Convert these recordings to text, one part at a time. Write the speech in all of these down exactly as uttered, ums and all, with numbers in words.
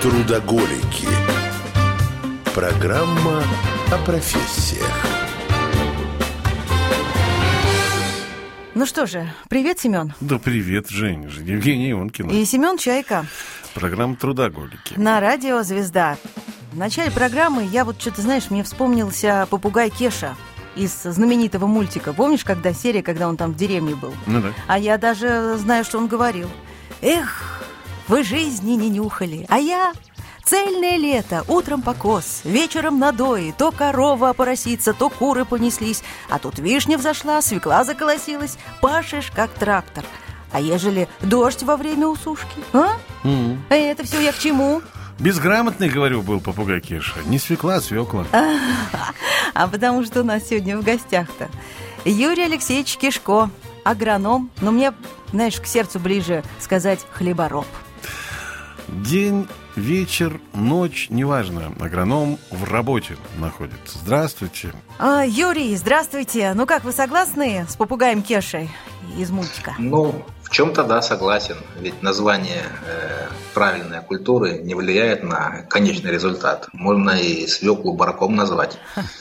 Трудоголики. Программа о профессиях. Ну что же, привет, Семен. Да привет, Жень. Евгения Ионкина. И Семен Чайка. Программа «Трудоголики». На радио «Звезда». В начале программы я вот что-то, знаешь, мне вспомнился попугай Кеша из знаменитого мультика. Помнишь, когда серия, когда он там в деревне был? Ну да. А я даже знаю, что он говорил. Эх, вы жизни не нюхали, а я... Цельное лето, утром покос, вечером надои, то корова поросится, то куры понеслись, а тут вишня взошла, свекла заколосилась, пашешь, как трактор. А ежели дождь во время усушки, а? Mm-hmm. Это все я к чему? Безграмотный, говорю, был попугай Кеша. Не свекла, а свекла. А потому что у нас сегодня в гостях-то Юрий Алексеевич Кишко, агроном, но мне, знаешь, к сердцу ближе сказать хлебороб. День, вечер, ночь, неважно, агроном в работе находится. Здравствуйте. А, Юрий, здравствуйте. Ну как, вы согласны с попугаем Кешей из мультика? Ну, в чем-то да, согласен. Ведь название э, правильной культуры не влияет на конечный результат. Можно и свеклу бараком назвать.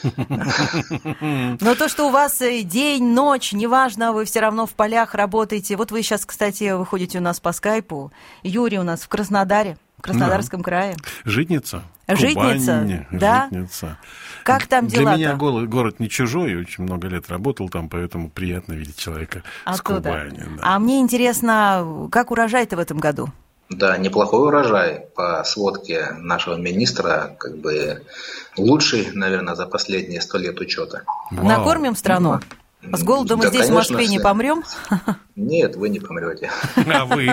Но то, что у вас день, ночь, неважно, вы все равно в полях работаете. Вот вы сейчас, кстати, выходите у нас по скайпу. Юрий у нас в Краснодаре. В Краснодарском да. крае. Житница. Житница, Кубань, да. Житница. Как там дела-то? Для меня город, город не чужой, очень много лет работал там, поэтому приятно видеть человека Оттуда. С Кубани. Да. А мне интересно, как урожай-то в этом году? Да, неплохой урожай. По сводке нашего министра, как бы лучший, наверное, за последние сто лет учета. Вау. Накормим страну? С голоду мы да, здесь, конечно, в Москве, не помрем? Нет, вы не помрете. А вы?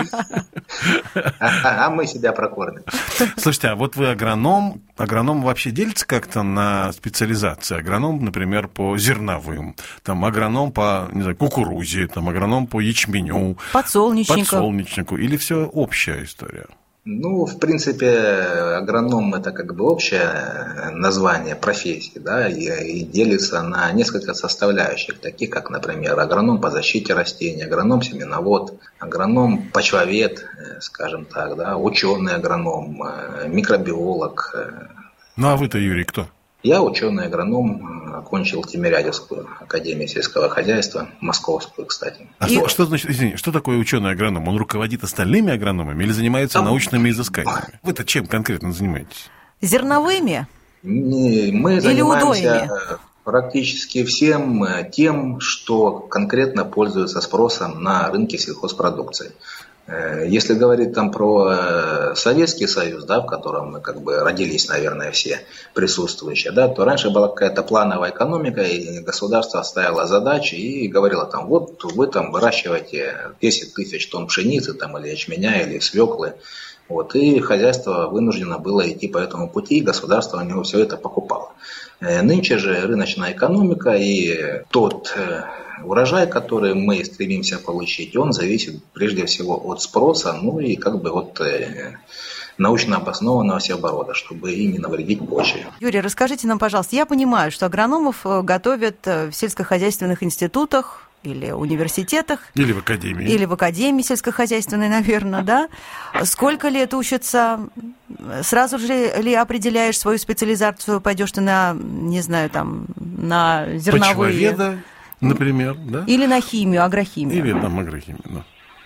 А, а мы себя прокормим. Слушайте, а вот вы агроном. Агроном вообще делится как-то на специализации? Агроном, например, по зерновым, там агроном по, не знаю, кукурузе, там агроном по ячменю, подсолнечнику. подсолнечнику, или все общая история? Ну, в принципе, агроном – это как бы общее название профессии, да, и, и делится на несколько составляющих, таких как, например, агроном по защите растений, агроном-семеновод, агроном-почвовед, скажем так, да, ученый-агроном, микробиолог. Ну, а вы-то, Юрий, кто? Я ученый-агроном, окончил Тимирязевскую академию сельского хозяйства, московскую, кстати. А и... что, что значит, извини, что такое ученый-агроном? Он руководит остальными агрономами или занимается а... научными изысканиями? Вы-то чем конкретно занимаетесь? Зерновыми? Не, мы или занимаемся удоями? Практически всем тем, что конкретно пользуется спросом на рынке сельхозпродукции. Если говорить там про Советский Союз, да, в котором мы как бы родились, наверное, все присутствующие, да, то раньше была какая-то плановая экономика, и государство ставило задачи и говорило там, вот вы там выращиваете десять тысяч тонн пшеницы там, или ячменя, или свеклы. Вот, и хозяйство вынуждено было идти по этому пути, и государство у него все это покупало. Нынче же рыночная экономика, и тот урожай, который мы стремимся получить, он зависит прежде всего от спроса, ну и как бы от научно обоснованного всеоборота, чтобы и не навредить почве. Юрий, расскажите нам, пожалуйста, я понимаю, что агрономов готовят в сельскохозяйственных институтах, или университетах. Или в академии. Или в академии сельскохозяйственной, наверное, да. Сколько лет учатся? Сразу же ли определяешь свою специализацию, пойдешь ты на, не знаю, там, на зерновые? Почвоведа, например, да? Или на химию, агрохимию. Или там агрохимию, да.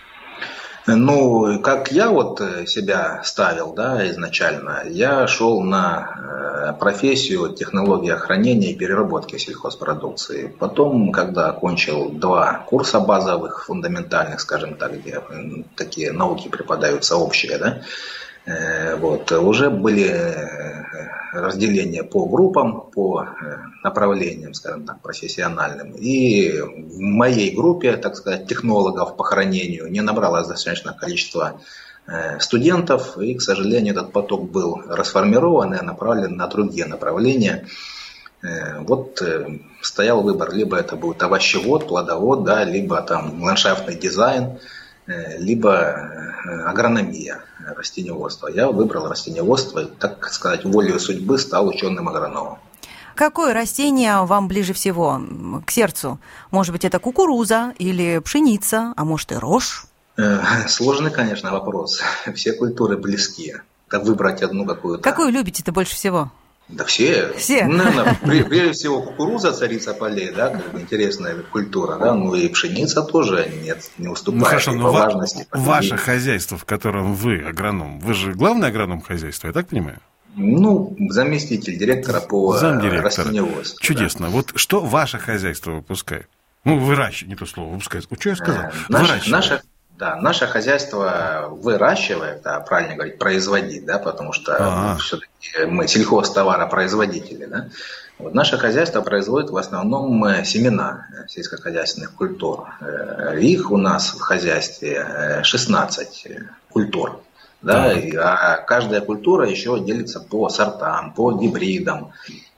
Ну, как я вот себя ставил, да, изначально, я шел на профессию технологии хранения и переработки сельхозпродукции. Потом, когда окончил два курса базовых, фундаментальных, скажем так, где такие науки преподаются общие, да, вот, уже были разделения по группам, по направлениям, скажем так, профессиональным. И в моей группе, так сказать, технологов по хранению не набралось достаточное количество студентов, и, к сожалению, этот поток был расформирован и направлен на другие направления. Вот стоял выбор, либо это будет овощевод, плодовод, да, либо там ландшафтный дизайн, либо агрономия, растениеводство. Я выбрал растениеводство и, так сказать, волею судьбы стал ученым-агрономом. Какое растение вам ближе всего к сердцу? Может быть, это кукуруза или пшеница, а может и рожь? Сложный, конечно, вопрос. Все культуры близки. Так выбрать одну какую-то. Какую любите-то больше всего? Да все. Все. Ну, наверное, прежде всего кукуруза, царица полей, да, как бы интересная культура, да, ну и пшеница тоже нет, не уступает ну, хорошо, по но важности. Ва- ваше хозяйство, в котором вы агроном, вы же главный агроном хозяйства, я так понимаю? Ну, заместитель директора по растениеводству. Чудесно. Да. Вот что ваше хозяйство выпускает? Ну, выращивает, не то слово, выпускает. Что я сказал? Наше, наше, да, наше хозяйство выращивает, а правильно говорить, производит, да, потому что А-а-а. все-таки мы сельхозтоваропроизводители, да. Вот наше хозяйство производит в основном семена сельскохозяйственных культур. Их у нас в хозяйстве шестнадцать культур. Да, и, а каждая культура еще делится по сортам, по гибридам,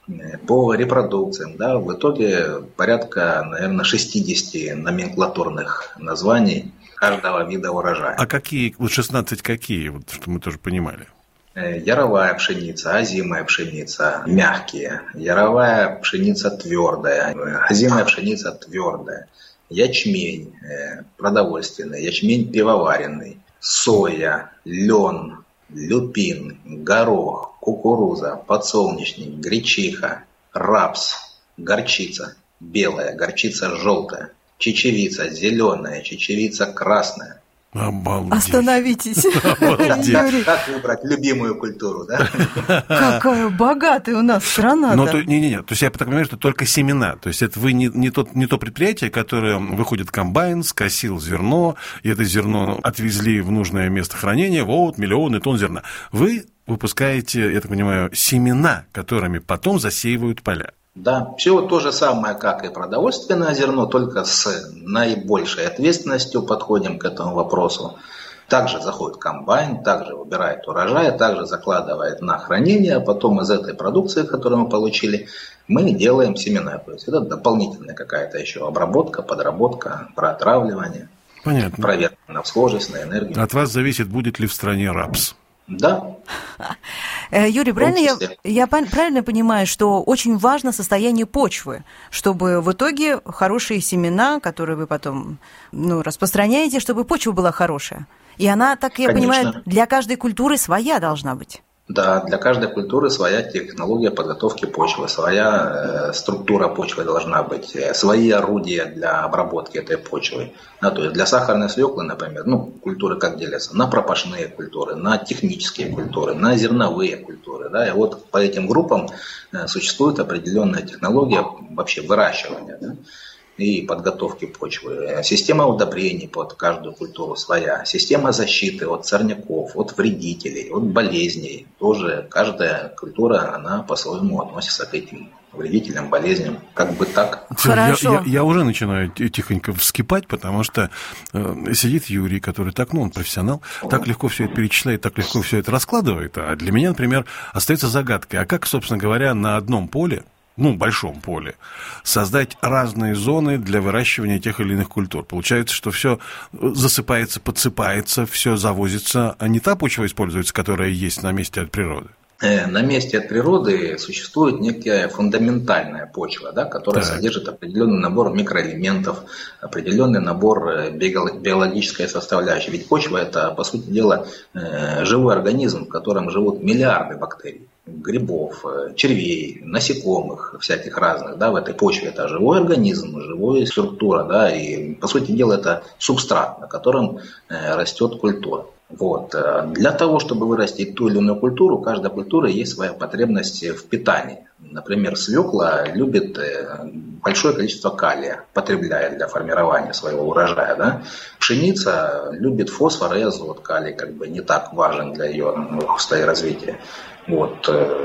по репродукциям. Да. В итоге порядка, наверное, шестьдесят номенклатурных названий каждого вида урожая. А какие, вот шестнадцать какие, вот, чтобы мы тоже понимали? Яровая пшеница, озимая пшеница мягкие, яровая пшеница твердая, озимая пшеница твердая, ячмень продовольственный, ячмень пивоваренный, соя, лен, люпин, горох, кукуруза, подсолнечник, гречиха, рапс, горчица белая, горчица желтая, чечевица зеленая, чечевица красная. Обалдеть. Остановитесь. Обалдеть. Как выбрать любимую культуру, да? Какая богатая у нас страна. Ну, не-не-не, то есть я так понимаю, что только семена. То есть это вы не, не, тот, не то предприятие, которое выходит комбайн, скосил зерно, и это зерно отвезли в нужное место хранения, вот миллионы тонн зерна. Вы выпускаете, я так понимаю, семена, которыми потом засеивают поля. Да, все то же самое, как и продовольственное зерно, только с наибольшей ответственностью подходим к этому вопросу. Также заходит комбайн, также выбирает урожай, также закладывает на хранение, а потом из этой продукции, которую мы получили, мы делаем семена. То есть это дополнительная какая-то еще обработка, подработка, протравливание. Понятно. Проверка на схожесть, на энергию. От вас зависит, будет ли в стране рапс. Да. Юрий, правильно я, я правильно понимаю, что очень важно состояние почвы, чтобы в итоге хорошие семена, которые вы потом ну, распространяете, чтобы почва была хорошая. И она, так я Конечно. понимаю, для каждой культуры своя должна быть. Да, для каждой культуры своя технология подготовки почвы, своя э, структура почвы должна быть, э, свои орудия для обработки этой почвы. Да, то есть для сахарной свеклы, например, ну, культуры как делятся? На пропашные культуры, на технические культуры, на зерновые культуры. Да, и вот по этим группам э, существует определенная технология вообще выращивания. Да? И подготовки почвы. Система удобрений под каждую культуру своя. Система защиты от сорняков, от вредителей, от болезней. Тоже каждая культура, она по-своему относится к этим вредителям, болезням. Как бы так. Хорошо. Я, я, я уже начинаю тихонько вскипать, потому что э, сидит Юрий, который так, ну, он профессионал, так легко все это перечисляет, так легко все это раскладывает. А для меня, например, остается загадкой. А как, собственно говоря, на одном поле, ну, большом поле, создать разные зоны для выращивания тех или иных культур. Получается, что все засыпается, подсыпается, все завозится, а не та почва используется, которая есть на месте от природы. На месте от природы существует некая фундаментальная почва, да, которая так. содержит определенный набор микроэлементов, определенный набор биологической составляющей. Ведь почва – это, по сути дела, живой организм, в котором живут миллиарды бактерий, грибов, червей, насекомых, всяких разных. Да, в этой почве это живой организм, живая структура, да, и, по сути дела, это субстрат, на котором растет культура. Вот. Для того, чтобы вырастить ту или иную культуру, у каждой культуры есть своя потребность в питании. Например, свекла любит большое количество калия, потребляя для формирования своего урожая. Да? Пшеница любит фосфор и азот. Калий как бы не так важен для ее роста и развития. Вот.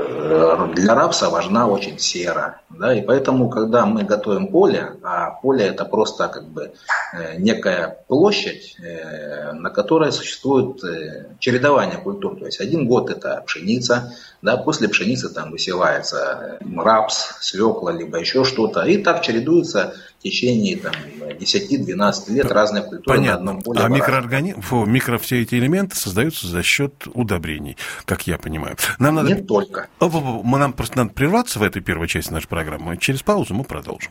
Для рапса важна очень сера. Да? И поэтому, когда мы готовим поле, а поле это просто как бы некая площадь, на которой существует чередование культур. То есть один год это пшеница, да? После пшеницы там высевается рапс, свекла, либо еще что-то. И так чередуется в течение там, десять-двенадцать лет разные культуры. Понятно. На одном поле. А микроорганизм, фу, микро все эти элементы создаются за счет удобрений, как я понимаю. Нам надо... Не только. Мы Нам просто надо прерваться в этой первой части нашей программы. Через паузу мы продолжим.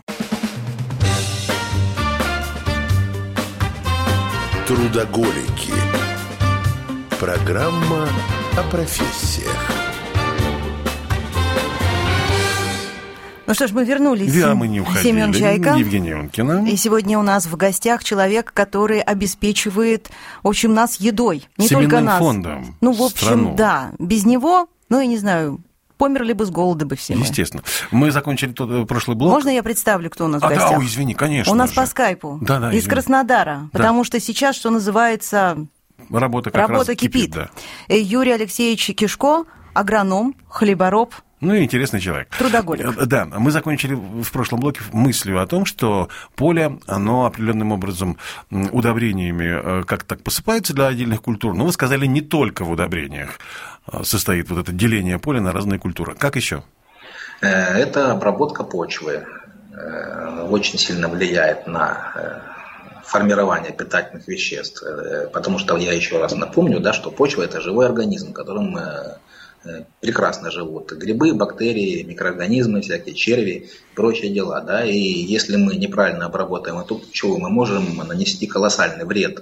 Трудоголики. Программа о профессиях. Ну что ж, мы вернулись. Да, мы не уходили. Семен Чайка. Евгения Ионкина. И сегодня у нас в гостях человек, который обеспечивает, в общем, нас едой. Не Семенным только нас. фондом. Ну, в общем, страну. да. Без него, ну, я не знаю, померли бы с голода бы все мы. Естественно. Мы закончили тот прошлый блок. Можно я представлю, кто у нас а, в гостях? Да, ой, извини, конечно. У нас же. по скайпу. Да, да, из извини. Краснодара. Да. Потому что сейчас, что называется, Работа как работа раз кипит. кипит да. Юрий Алексеевич Кишко, агроном, хлебороб. Ну и интересный человек. Трудоголик. Да, мы закончили в прошлом блоке мыслью о том, что поле, оно определенным образом удобрениями как-то так посыпается для отдельных культур. Но вы сказали, не только в удобрениях состоит вот это деление поля на разные культуры. Как еще? Это обработка почвы. Очень сильно влияет на формирование питательных веществ. Потому что я еще раз напомню, да, что почва – это живой организм, которым прекрасно живут грибы, бактерии, микроорганизмы, всякие черви, прочие дела. Да? И если мы неправильно обработаем эту почву, мы можем нанести колоссальный вред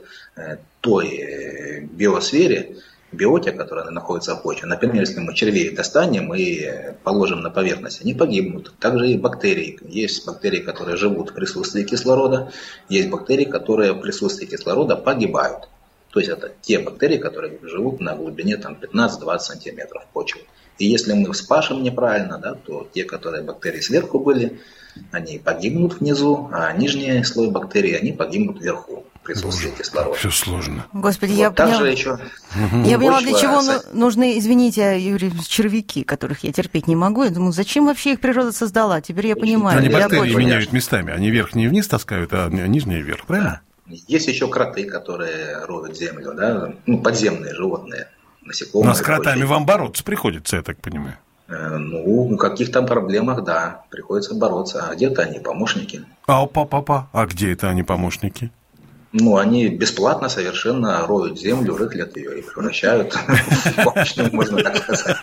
той биосфере, биоте, которая находится в почве. Например, если мы червей достанем и положим на поверхность, они погибнут. Также и бактерии. Есть бактерии, которые живут в присутствии кислорода, есть бактерии, которые в присутствии кислорода погибают. То есть это те бактерии, которые живут на глубине там, пятнадцать-двадцать сантиметров почвы. И если мы вспашем неправильно, да, то те, которые бактерии сверху были, они погибнут внизу, а нижний слой бактерий, они погибнут вверху в присутствии Боже, кислорода. Все сложно. Господи, Вот я также поняла. еще... Я поняла, для чего Почва... нужны, извините, Юрий, червяки, которых я терпеть не могу. Я думаю, зачем вообще их природа создала? Теперь я понимаю. Они я бактерии поняла. меняют местами. Они верхние вниз таскают, а нижние вверх, правильно? Есть еще кроты, которые роют землю, да, ну, подземные животные, насекомые. Но с кротами вам бороться приходится, я так понимаю. Ну, в каких-то проблемах, да, приходится бороться, а где-то они помощники. А, папа, а где это они помощники? Ну, они бесплатно совершенно роют землю, рыхлят ее и превращают в помощную, можно так сказать.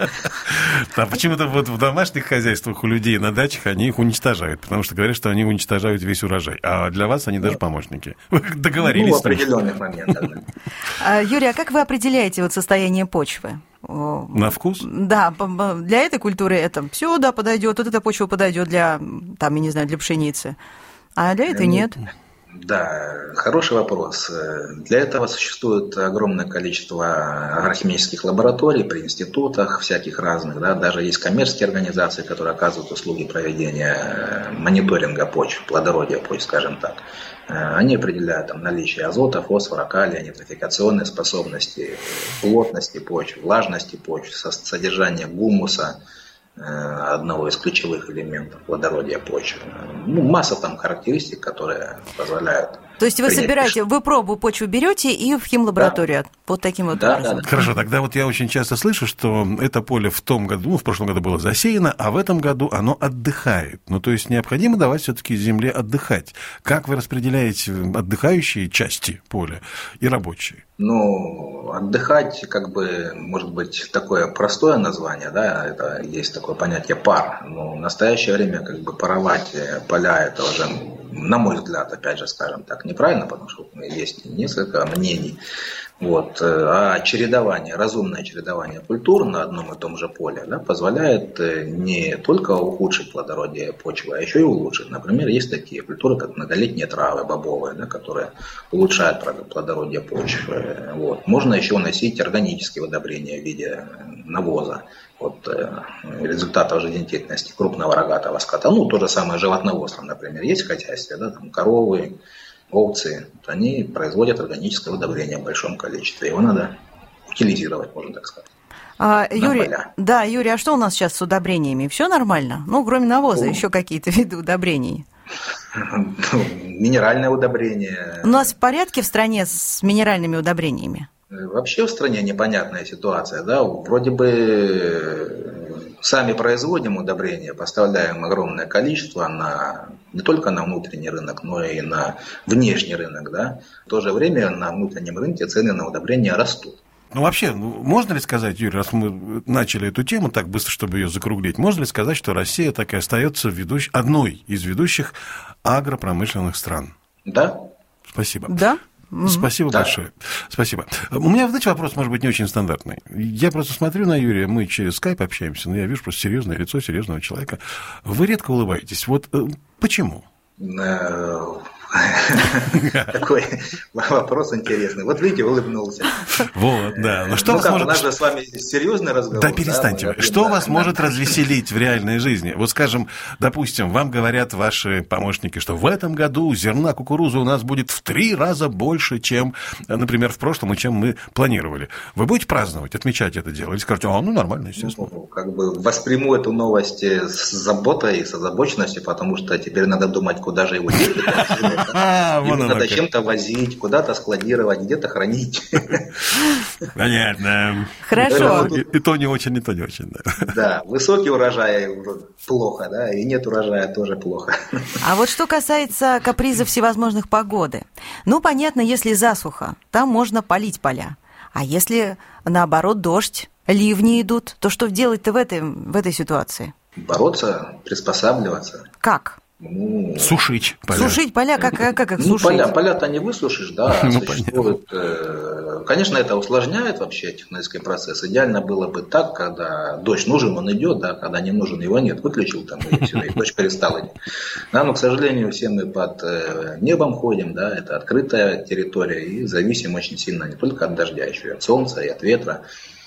А почему-то вот в домашних хозяйствах у людей на дачах они их уничтожают, потому что говорят, что они уничтожают весь урожай. А для вас они даже помощники. Вы договорились. Ну, в определенных моментах, да. Юрий, а как вы определяете вот состояние почвы? На вкус? Да, для этой культуры это все, да, подойдет, вот эта почва подойдет для, там, я не знаю, для пшеницы, а для этой нет. Да, хороший вопрос. Для этого существует огромное количество агрохимических лабораторий при институтах всяких разных. Да? Даже есть коммерческие организации, которые оказывают услуги проведения мониторинга почв, плодородия почв, скажем так. Они определяют там, наличие азота, фосфора, калия, нитрофикационные способности, плотности почв, влажности почв, содержание гумуса, одного из ключевых элементов плодородия почвы. Ну, масса там характеристик, которые позволяют. То есть вы собираете, вы пробу почвы берете и в химлабораторию, да. Вот таким вот да, образом. Да, да. Хорошо, тогда вот я очень часто слышу, что это поле в том году, ну, в прошлом году было засеяно, а в этом году оно отдыхает. Ну, то есть необходимо давать все-таки земле отдыхать. Как вы распределяете отдыхающие части поля и рабочие? Ну, отдыхать, как бы, может быть, такое простое название, да, это есть такое понятие пар. Но в настоящее время, как бы, паровать поля, это уже, на мой взгляд, опять же, скажем так, неправильно, потому что есть несколько мнений. Вот. А чередование, разумное чередование культур на одном и том же поле, да, позволяет не только ухудшить плодородие почвы, а еще и улучшить. Например, есть такие культуры, как многолетние травы бобовые, да, которые улучшают плодородие почвы. Вот. Можно еще вносить органические удобрения в виде навоза. Вот, результатов жизнедеятельности крупного рогатого скота. Ну, то же самое животноводство, например, есть в хозяйстве, да, там коровы, овцы, они производят органическое удобрение в большом количестве. Его надо утилизировать, можно так сказать. А, Юрий, да, Юрий, а что у нас сейчас с удобрениями? Все нормально? Ну, кроме навоза, О. еще какие-то виды удобрений? Минеральное удобрение. У нас в порядке в стране с минеральными удобрениями? Вообще в стране непонятная ситуация, да, вроде бы сами производим удобрения, поставляем огромное количество на, не только на внутренний рынок, но и на внешний рынок, да. В то же время на внутреннем рынке цены на удобрения растут. Ну, вообще, можно ли сказать, Юрий, раз мы начали эту тему так быстро, чтобы ее закруглить, можно ли сказать, что Россия так и остается ведущ... одной из ведущих агропромышленных стран? Да. Спасибо. Да. Спасибо да. большое. Спасибо. У меня, знаете, вопрос, может быть, не очень стандартный. Я просто смотрю на Юрия, мы через скайп общаемся, но я вижу просто серьезное лицо серьезного человека. Вы редко улыбаетесь. Вот почему? Такой вопрос интересный. Вот видите, улыбнулся. Вот, да. Но что ну вас как, может... у нас же с вами серьезный разговор. Да перестаньте. Да? Что да, вас да. может развеселить в реальной жизни? Вот, скажем, допустим, вам говорят ваши помощники, что в этом году зерна кукурузы у нас будет в три раза больше, чем, например, в прошлом, и чем мы планировали. Вы будете праздновать, отмечать это дело? Или скажете, а, ну, нормально, естественно. Ну, как бы восприму эту новость с заботой, с озабоченностью, потому что теперь надо думать, куда же его делать. Его надо чем-то возить, куда-то складировать, где-то хранить. Понятно. Хорошо. И, и то не очень, и то не очень. Да. да, высокий урожай плохо, да, и нет урожая тоже плохо. А вот что касается капризов всевозможных погоды. Ну, понятно, если засуха, там можно полить поля. А если, наоборот, дождь, ливни идут, то что делать-то в этой, в этой ситуации? Бороться, приспосабливаться. Как? Ну, сушить поля. Сушить поля, как, как их ну, сушить? Поля, поля-то не высушишь, да. Ну, существует, э, конечно, это усложняет вообще технический процесс. Идеально было бы так, когда дождь нужен, он идет, да, когда не нужен, его нет. Выключил там, и все, и дождь перестал идти. Да, но, к сожалению, все мы под э, небом ходим, да, это открытая территория, и зависим очень сильно не только от дождя, еще и от солнца, и от ветра.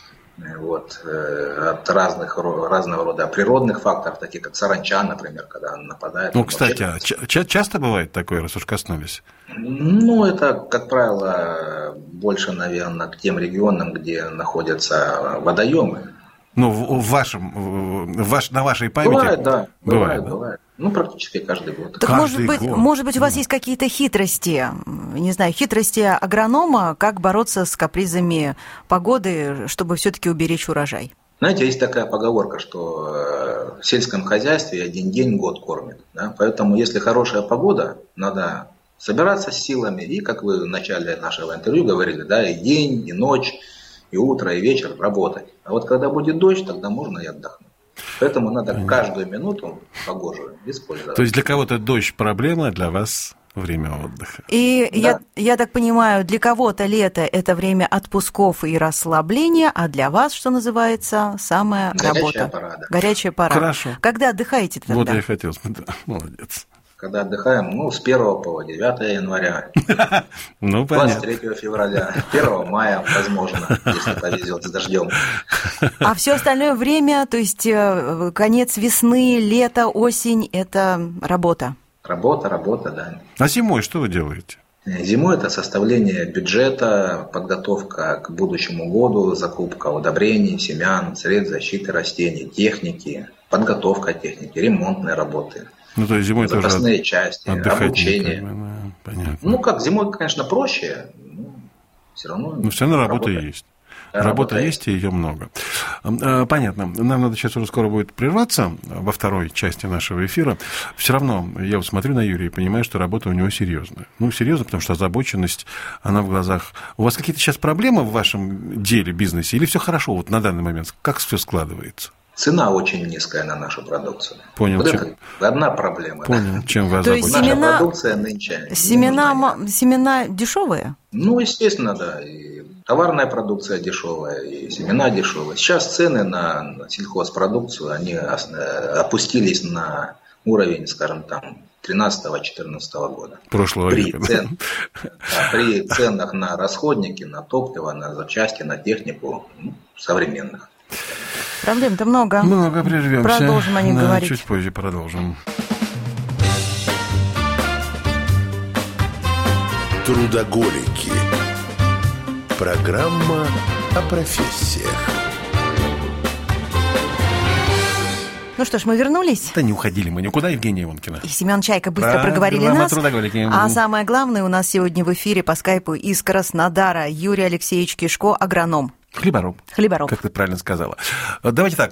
Вот, э, от разных, разного рода природных факторов, таких как саранча, например, когда она нападает. Ну, кстати, а ч- часто бывает такое, раз уж коснулись? Ну, это, как правило, больше, наверное, к тем регионам, где находятся водоемы. Ну, в, в вашем, в ваш, на вашей памяти? Бывает, да. Бывает, бывает. Да? бывает. Ну, практически каждый год. Так, каждый может быть, год. может быть, у вас есть какие-то хитрости, не знаю, хитрости агронома, как бороться с капризами погоды, чтобы все-таки уберечь урожай? Знаете, есть такая поговорка, что в сельском хозяйстве один день год кормит. Да? Поэтому, если хорошая погода, надо собираться с силами. И, как вы в начале нашего интервью говорили, да, и день, и ночь, и утро, и вечер работать. А вот когда будет дождь, тогда можно и отдохнуть. Поэтому надо каждую минуту погожую использовать. То есть для кого-то дождь проблема, для вас время отдыха. И да. я, я так понимаю, для кого-то лето – это время отпусков и расслабления, а для вас, что называется, самая Горячая работа. пора, да. Горячая пора. Хорошо. Когда отдыхаете тогда? Вот я и хотел. Да, молодец. Когда отдыхаем, ну, с первого по девятое января, ну, двадцать третьего февраля, первого мая, возможно, если повезет с дождем. А все остальное время, то есть конец весны, лето, осень – это работа? Работа, работа, да. А зимой что вы делаете? Зимой это составление бюджета, подготовка к будущему году, закупка удобрений, семян, средств защиты растений, техники, подготовка техники, ремонтные работы. Ну, то есть зимой запасные тоже части, отдыхать обучение. Как бы, да, понятно. Ну, как зимой, конечно, проще, но все равно. Но все равно работа, работа есть. Работа, работа есть, и ее много. Понятно. Нам надо сейчас уже скоро будет прерваться во второй части нашего эфира. Все равно я вот смотрю на Юрия и понимаю, что работа у него серьезная. Ну, серьезно, потому что озабоченность, она в глазах. У вас какие-то сейчас проблемы в вашем деле, бизнесе, или все хорошо вот на данный момент? Как все складывается? Цена очень низкая на нашу продукцию. Понял. Вот чем... это одна проблема. Понял, да? чем вы озабочены. Наша семена... продукция нынче. Семена, семена дешевые? Ну, естественно, да. И товарная продукция дешевая, и семена дешевые. Сейчас цены на сельхозпродукцию, они опустились на уровень, скажем, там, тринадцатого-четырнадцатого года. Прошлого при века. Цен, да, при ценах на расходники, на топливо, на запчасти, на технику ну, современных. Проблем-то много. Много, прервемся. Продолжим о них да, говорить. Чуть позже продолжим. Трудоголики. Программа о профессиях. Ну что ж, мы вернулись. Да не уходили мы никуда, Евгения Ивонкина. И Семен Чайка быстро Про... проговорили нас. Трудоголики. А самое главное, у нас сегодня в эфире по скайпу из Краснодара Юрий Алексеевич Кишко, агроном. Хлебороб. Хлебороб. Как ты правильно сказала. Давайте так, вот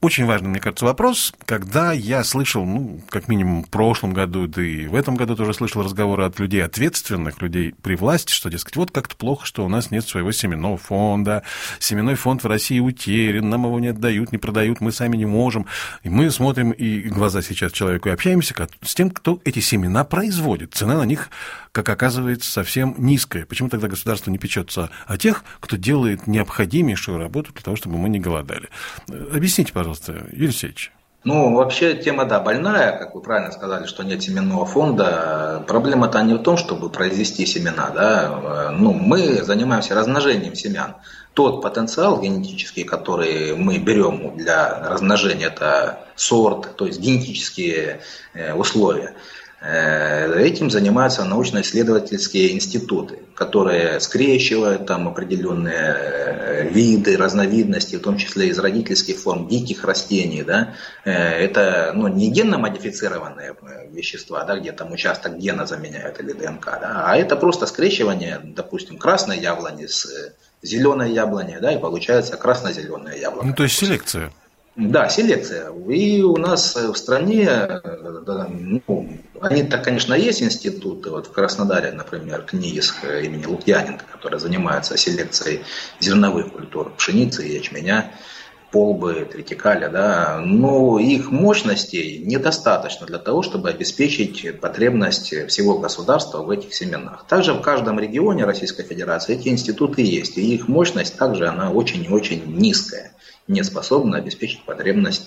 очень важный, мне кажется, вопрос, когда я слышал, ну, как минимум в прошлом году, да и в этом году тоже слышал разговоры от людей ответственных, людей при власти, что, дескать, вот как-то плохо, что у нас нет своего семенного фонда, семенной фонд в России утерян, нам его не отдают, не продают, мы сами не можем. И мы смотрим и глаза сейчас человеку и общаемся с тем, кто эти семена производит. Цена на них, как оказывается, совсем низкая. Почему тогда государство не печется о тех, кто делает необходимейшую работу для того, чтобы мы не голодали? Объясните, пожалуйста, Юрий Алексеевич. Ну, вообще тема, да, больная, как вы правильно сказали, что нет семенного фонда. Проблема-то не в том, чтобы произвести семена, да. Ну, мы занимаемся размножением семян. Тот потенциал генетический, который мы берем для размножения, это сорт, то есть генетические условия. Этим занимаются научно-исследовательские институты, которые скрещивают там определенные виды, разновидности, в том числе из родительских форм диких растений. Да? Это ну, не генно-модифицированные вещества, да, где там участок гена заменяют или ДНК, да? А это просто скрещивание, допустим, красной яблони с зеленой яблоней, да, и получается красно-зеленая яблоня. Ну, то есть селекция. Да, селекция. И у нас в стране, ну, они-то, конечно, есть институты, вот в Краснодаре, например, КНИИС имени Лукьяненко, который занимается селекцией зерновых культур, пшеницы, ячменя, полбы, тритикаля, да, но их мощностей недостаточно для того, чтобы обеспечить потребность всего государства в этих семенах. Также в каждом регионе Российской Федерации эти институты есть, и их мощность также она очень и очень низкая, не способна обеспечить потребность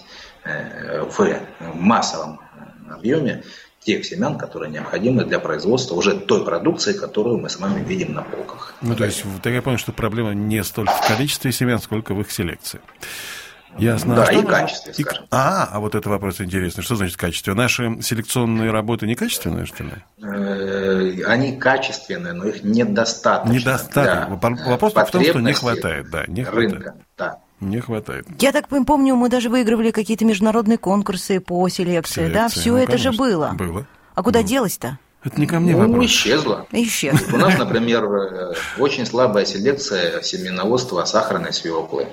в массовом объеме тех семян, которые необходимы для производства уже той продукции, которую мы с вами видим на полках. Ну, то есть, я понял, что проблема не столько в количестве семян, сколько в их селекции. Ясно. Да, а и что... качестве, и... скажем. А, а вот это вопрос интересный. Что значит качество? Наши селекционные работы некачественные, что ли? Они качественные, но их недостаточно. Недостаточно. Вопрос в том, что не хватает. Да, не хватает. Рынка, да. Не хватает. Я так помню, мы даже выигрывали какие-то международные конкурсы по селекции, селекции. Да? Все ну, это конечно. Же было. Было. А куда было. Делось-то? Это не ко мне ну, вопрос. Исчезло. Исчезло. У нас, например, очень слабая селекция семеноводства сахарной свеклы.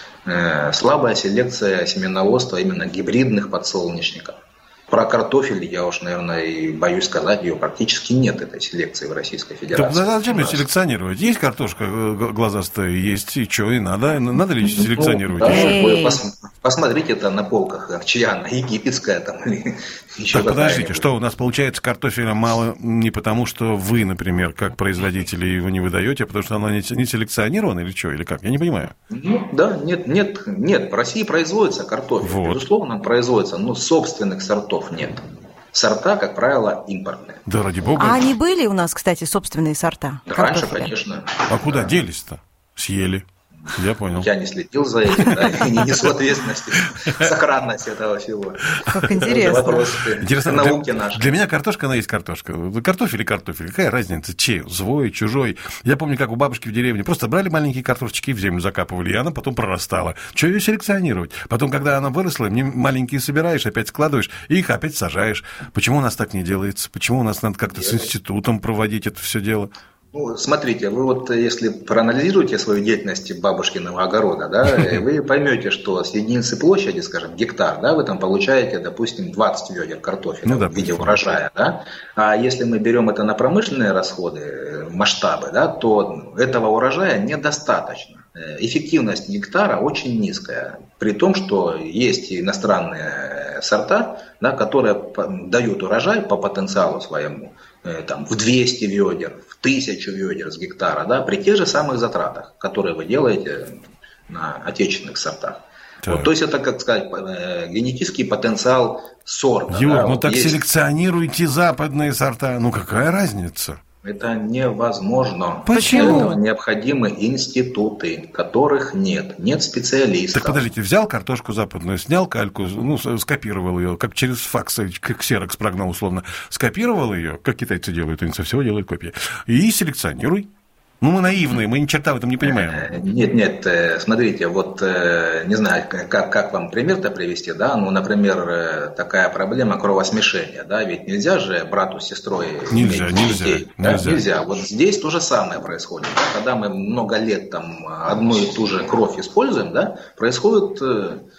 Слабая селекция семеноводства именно гибридных подсолнечников. Про картофель я уж, наверное, и боюсь сказать, ее практически нет, этой селекции в Российской Федерации. Так зачем ее селекционировать? Есть картошка глазастая, есть, и что, и надо. Надо ли селекционировать? Ну, да, вы пос, посмотрите-то на полках, чья она, египетская там или еще так, подождите, что у нас получается картофеля мало не потому, что вы, например, как производители его не выдаете, а потому что она не селекционирована или что, или как? Я не понимаю. Ну, да, нет, нет, нет, в России производится картофель, вот. Безусловно, производится, но собственных сортов нет. Сорта, как правило, импортные. Да, ради бога. А они были у нас, кстати, собственные сорта? Да, раньше, конечно. А куда да. делись-то? Съели. Я понял. Я не следил за этим, да, и не несу ответственности за сохранность этого всего. Как интересно. Вопрос интересно, науки для, нашей. Для меня картошка, она есть картошка. Картофель и картофель. Какая разница? Чей? Свой, чужой. Я помню, как у бабушки в деревне просто брали маленькие картошечки и в землю закапывали, и она потом прорастала. Что ее селекционировать? Потом, когда она выросла, мне маленькие собираешь, опять складываешь, и их опять сажаешь. Почему у нас так не делается? Почему у нас надо как-то с институтом проводить это все дело? Ну, смотрите, вы вот если проанализируете свою деятельность бабушкиного огорода, да, вы поймете, что с единицы площади, скажем, гектар, да, вы там получаете, допустим, двадцать ведер картофеля ну, да, в виде урожая, да. А если мы берем это на промышленные расходы, масштабы, да, то этого урожая недостаточно. Эффективность гектара очень низкая, при том, что есть иностранные сорта, да, которые дают урожай по потенциалу своему там, в двести ведер, в тысячу ведер с гектара, да, при тех же самых затратах, которые вы делаете на отечественных сортах. Вот, то есть это, как сказать, генетический потенциал сорта. Юр, да, ну вот так есть... селекционируйте западные сорта, ну какая разница? Это невозможно. Почему? Для этого необходимы институты, которых нет. Нет специалистов. Так подождите, взял картошку западную, снял кальку, ну, скопировал ее, как через факс, как ксерокс прогнал условно, скопировал ее, как китайцы делают, они со всего делают копии, и селекционируй. Ну, мы наивные, мы ни черта в этом не понимаем. Нет, нет, смотрите, вот не знаю, как, как вам пример-то привести, да, ну, например, такая проблема кровосмешения, да, ведь нельзя же брату с сестрой нельзя, иметь нельзя, детей, нельзя. Да? Нельзя. Вот здесь то же самое происходит, да? Когда мы много лет там одну и ту же кровь используем, да, происходит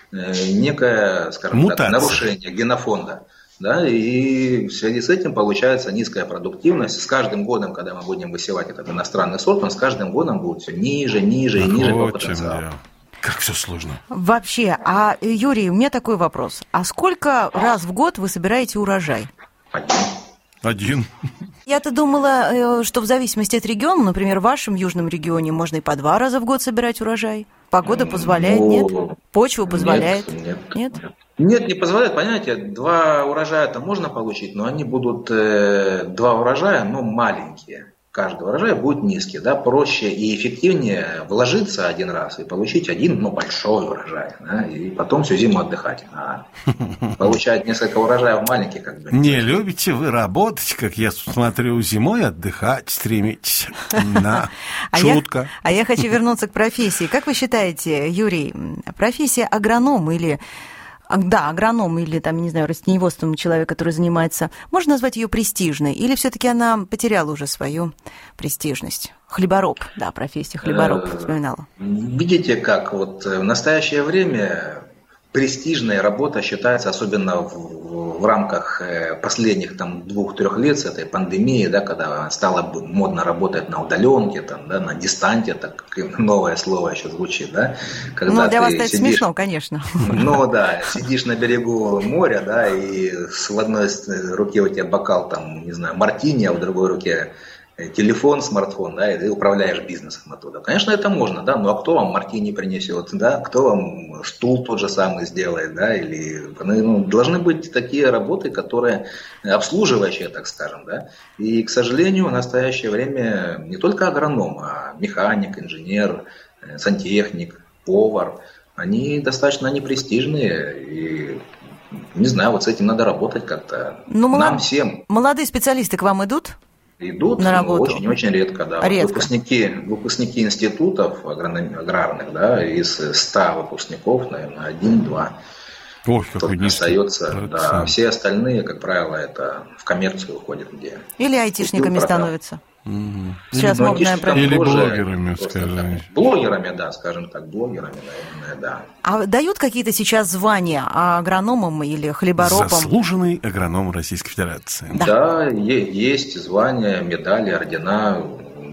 некое, скажем Мутация. так, нарушение генофонда. Да, и в связи с этим получается низкая продуктивность. С каждым годом, когда мы будем высевать этот иностранный сорт, он с каждым годом будет все ниже, ниже и ниже по потенциалу. Как все сложно. Вообще, а, Юрий, у меня такой вопрос. А сколько раз в год вы собираете урожай? Один. Один. Я-то думала, что в зависимости от региона, например, в вашем южном регионе можно и по два раза в год собирать урожай. Погода позволяет, ну, нет? Почва позволяет? Нет, нет. Нет? Нет, не позволяет. Понимаете, два урожая-то можно получить, но они будут э, два урожая, но маленькие. Каждый урожай будет низкий, да, проще и эффективнее вложиться один раз и получить один, ну, большой урожай, да, и потом всю зиму отдыхать. А получать несколько урожаев маленьких, как бы. Не любите вы работать, как я смотрю, зимой отдыхать стремитесь. На. Шутка. А я хочу вернуться к профессии. Как вы считаете, Юрий, профессия агроном или... Да, агроном или, там, не знаю, растениеводством человек, который занимается, можно назвать ее престижной? Или все-таки она потеряла уже свою престижность? Хлебороб, да, профессия хлебороб вспоминала. Видите, как вот в настоящее время престижная работа считается, особенно в, в рамках последних там двух-трех лет с этой пандемии, да, когда стало модно работать на удаленке, там, да, на дистанте, так новое слово еще звучит, да. Когда ну, для вас это сидишь, смешно, конечно. Ну да, сидишь на берегу моря, да, и в одной руке у тебя бокал, там, не знаю, мартини, а в другой руке телефон, смартфон, да, и ты управляешь бизнесом оттуда. Конечно, это можно, да, но а кто вам мартини принесет, да, кто вам стул тот же самый сделает, да, или, ну, должны быть такие работы, которые обслуживающие, так скажем, да, и, к сожалению, в настоящее время не только агроном, а механик, инженер, сантехник, повар, они достаточно непрестижные, и, не знаю, вот с этим надо работать как-то, ну, нам молод... всем. Молодые специалисты к вам идут? Идут, на работу. очень-очень редко, да. Редко. Выпускники, выпускники институтов аграрных, да, из ста выпускников, наверное, один-два. Ой, какой низкий. Остается, да. Все остальные, как правило, это в коммерцию уходят, где. Или айтишниками становятся. Угу. Сейчас ну, модная проблема. Или блогерами, скажем. Блогерами, да, скажем так, блогерами, наверное, да. А дают какие-то сейчас звания агрономам или хлеборобам? Заслуженный агроном Российской Федерации. Да, да, есть звания, медали, ордена,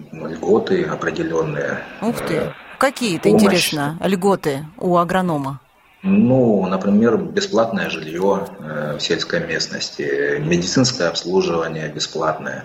льготы определенные. Ух ты, какие-то, интересно, льготы у агронома? Ну, например, бесплатное жилье в сельской местности, медицинское обслуживание бесплатное,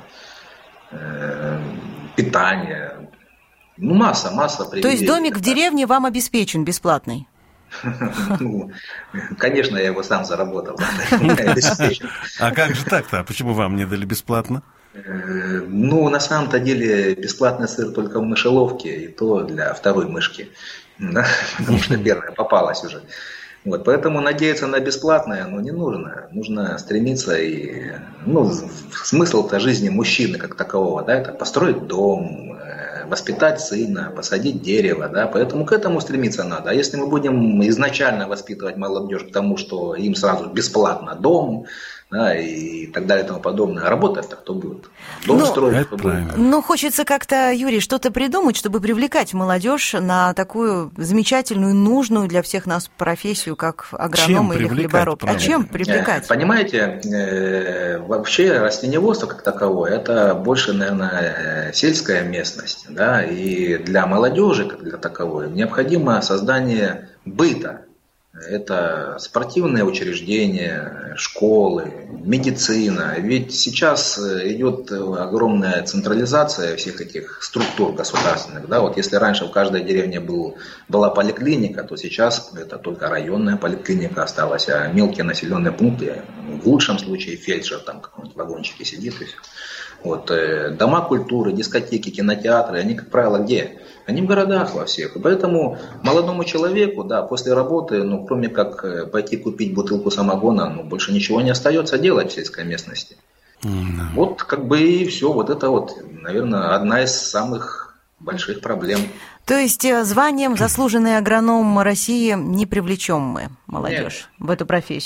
питание, ну, масса, масса привилегий. То есть домик в деревне вам обеспечен бесплатный? Ну, конечно, я его сам заработал. А как же так-то? Почему вам не дали бесплатно? Ну, на самом-то деле, бесплатный сыр только в мышеловке, и то для второй мышки, потому что первая попалась уже. Вот, поэтому надеяться на бесплатное, ну, не нужно. Нужно стремиться и, ну, смысл-то жизни мужчины как такового, да, это построить дом, воспитать сына, посадить дерево, да, поэтому к этому стремиться надо. А если мы будем изначально воспитывать молодежь к тому, что им сразу бесплатно дом, да, и так далее и тому подобное, а работать-то кто будет? Дом ну, строить кто будет? Ну, хочется как-то, Юрий, что-то придумать, чтобы привлекать молодежь на такую замечательную, нужную для всех нас профессию, как агроном или хлебороб. А чем привлекать? Понимаете, э, вообще растениеводство как таковое, это больше, наверное, сельская местность, да, и для молодежи как для таковой необходимо создание быта. Это спортивные учреждения, школы, медицина. Ведь сейчас идет огромная централизация всех этих структур государственных. Да? Вот если раньше в каждой деревне был, была поликлиника, то сейчас это только районная поликлиника осталась, а мелкие населенные пункты, в лучшем случае фельдшер там в каком-нибудь вагончике сидит и все. Вот, э, дома культуры, дискотеки, кинотеатры, они, как правило, где? Они в городах во всех. И поэтому молодому человеку, да, после работы, ну, кроме как пойти купить бутылку самогона, ну, больше ничего не остается делать в сельской местности. Mm-hmm. Вот как бы и все. Вот это вот, наверное, одна из самых больших проблем. То есть званием заслуженный агроном России не привлечем мы молодежь Нет. в эту профессию?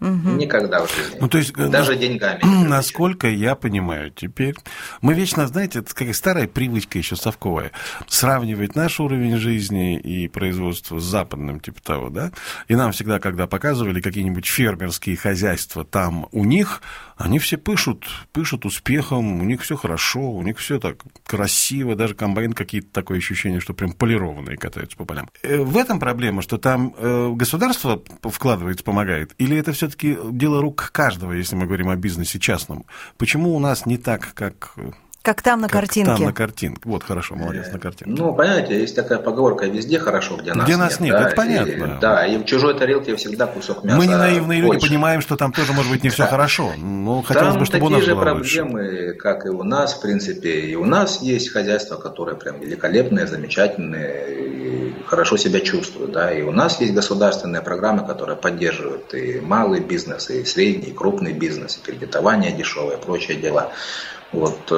Угу. Никогда в жизни. Ну, то есть, даже на... деньгами. Насколько я понимаю теперь, мы вечно, знаете, это как старая привычка еще совковая, сравнивать наш уровень жизни и производства с западным, типа того, да? И нам всегда, когда показывали какие-нибудь фермерские хозяйства там у них, они все пышут, пышут успехом, у них все хорошо, у них все так красиво, даже комбайн какие-то такое ощущение, что прям полированные катаются по полям. В этом проблема, что там государство вкладывается, помогает, или это все-таки дело рук каждого, если мы говорим о бизнесе частном? Почему у нас не так, как... Как там на как картинке. Там на картинке. Вот, хорошо, молодец, на картинке. Ну, понимаете, есть такая поговорка: везде хорошо, где нас где нет. нас нет, да, это понятно. И, да, и в чужой тарелке всегда кусок мяса. Мы не наивные больше. люди, понимаем, что там тоже может быть не все хорошо. Но хотелось там бы, чтобы у нас такие же было проблемы, лучше. как и у нас, в принципе. И у нас есть хозяйства, которые прям великолепные, замечательные, и хорошо себя чувствуют. Да? И у нас есть государственные программы, которые поддерживают и малый бизнес, и средний, и крупный бизнес, и кредитование дешевое, и прочие дела. Вот...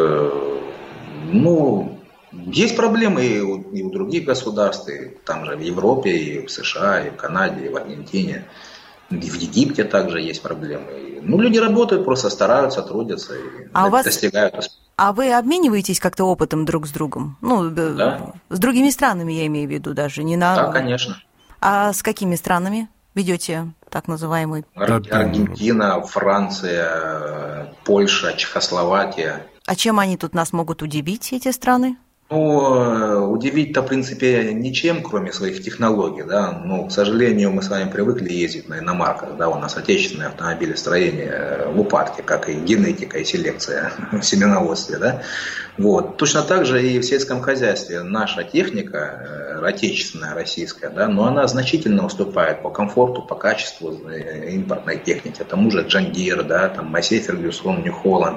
Ну, есть проблемы и у, и у других государств, и там же в Европе, и в США, и в Канаде, и в Аргентине, и в Египте также есть проблемы. Ну, люди работают, просто стараются, трудятся и а достигают успеха. А вы обмениваетесь как-то опытом друг с другом? Ну, да. С другими странами, я имею в виду, даже не на... Да, конечно. А с какими странами ведете так называемый? Ар- Аргентина, Франция, Польша, Чехословакия. А чем они тут нас могут удивить, эти страны? Ну, удивить-то, в принципе, ничем, кроме своих технологий, да. Но, к сожалению, мы с вами привыкли ездить на иномарках, да, у нас отечественное автомобилестроение в упадке, как и генетика, и селекция в семеноводстве, да. Вот. Точно так же и в сельском хозяйстве наша техника, отечественная, российская, да, но она значительно уступает по комфорту, по качеству импортной техники. Тому же John Deere, да, там Massey Ferguson, New Holland.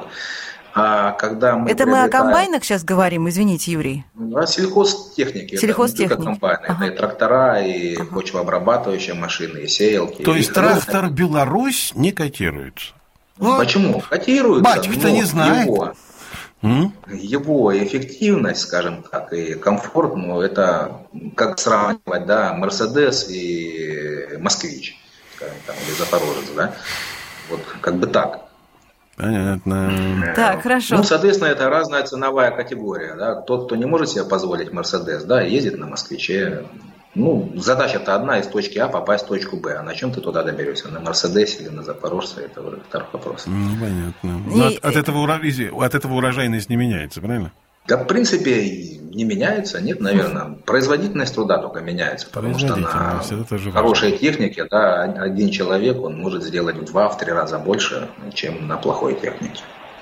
А когда мы это приобретаем... мы о комбайнах сейчас говорим, извините, Юрий. О сельхозтехнике. Сельхозтехники. Это не только комбайны, ага. Это и трактора, и ага. почвообрабатывающие машины, и сеялки. То и есть трактор Беларусь не котируется? Почему? Котируется. Батька-то не знает. Его, mm? его эффективность, скажем так, и комфорт, ну, это как сравнивать, да, Мерседес и Москвич, скажем, там, или Запорожец, да? Вот как бы так. Понятно. Так, хорошо. Ну, соответственно, это разная ценовая категория. Да? Тот, кто не может себе позволить Мерседес, да, ездит на Москвиче. Ну, задача-то одна: из точки А попасть в точку Б. А на чем ты туда доберешься? На Мерседесе или на Запорожце? Это уже второй вопрос. Ну, понятно. И... От, от, этого урож... от этого урожайность не меняется, правильно? Да, в принципе, не меняется, нет, наверное. Производительность труда только меняется, потому что на хорошей технике, да, один человек, он может сделать в два-три раза больше, чем на плохой технике.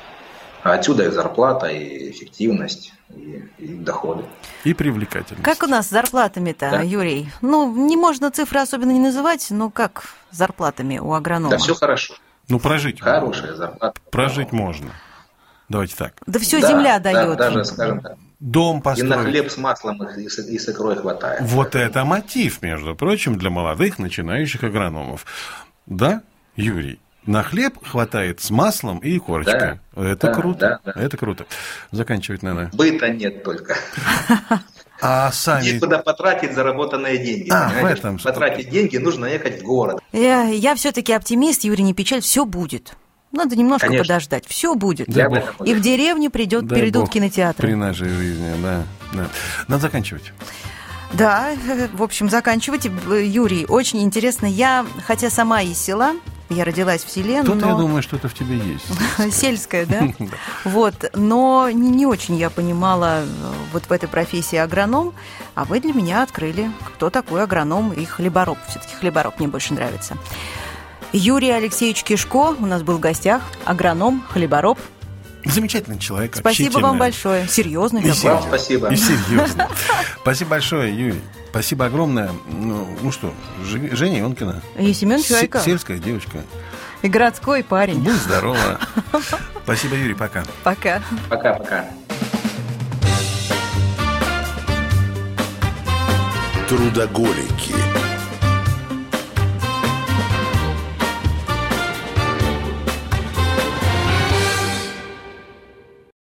А отсюда и зарплата, и эффективность, и, и доходы. И привлекательность. Как у нас с зарплатами-то, да. Юрий? Ну, не можно цифры особенно не называть, но как с зарплатами у агронома? Да, все хорошо. Ну, прожить. Хорошая зарплата. Прожить можно. Давайте так. Да все да, земля да, дает. Даже, скажем так, дом построить. И на хлеб с маслом и с, и с икрой хватает. Вот это мотив, между прочим, для молодых начинающих агрономов. Да, Юрий? На хлеб хватает с маслом и корочкой. Да, это да, круто. Да, да. Это круто. Заканчивать надо. Быта нет только. А сами... Есть куда потратить заработанные деньги. А, в этом... Потратить деньги нужно ехать в город. Я, я все-таки оптимист, Юрий, не печаль, все будет. Надо немножко Конечно. подождать. Все будет. Дай И Бог. в деревне придет, Дай перейдут Бог кинотеатры. При нашей жизни, да, да. Надо заканчивать. Да, в общем, заканчивать. Юрий, очень интересно. Я, хотя сама из села, я родилась в селе, Тут но... я думаю, что это в тебе есть. Сельская, да? Вот, но не, не очень я понимала вот в этой профессии агроном, а вы для меня открыли, кто такой агроном и хлебороб. Все-таки хлебороб мне больше нравится. Юрий Алексеевич Кишко у нас был в гостях, агроном, хлебороб. Замечательный человек. Спасибо вам большое. Серьезный такой. Вам спасибо. И серьезно. Спасибо большое, Юрий. Спасибо огромное. Ну, ну что, Женя Ионкина. И Семен Чайка. Сельская девочка. И городской парень. Будь здорова. Спасибо, Юрий. Пока. Пока. Пока-пока. Трудоголики.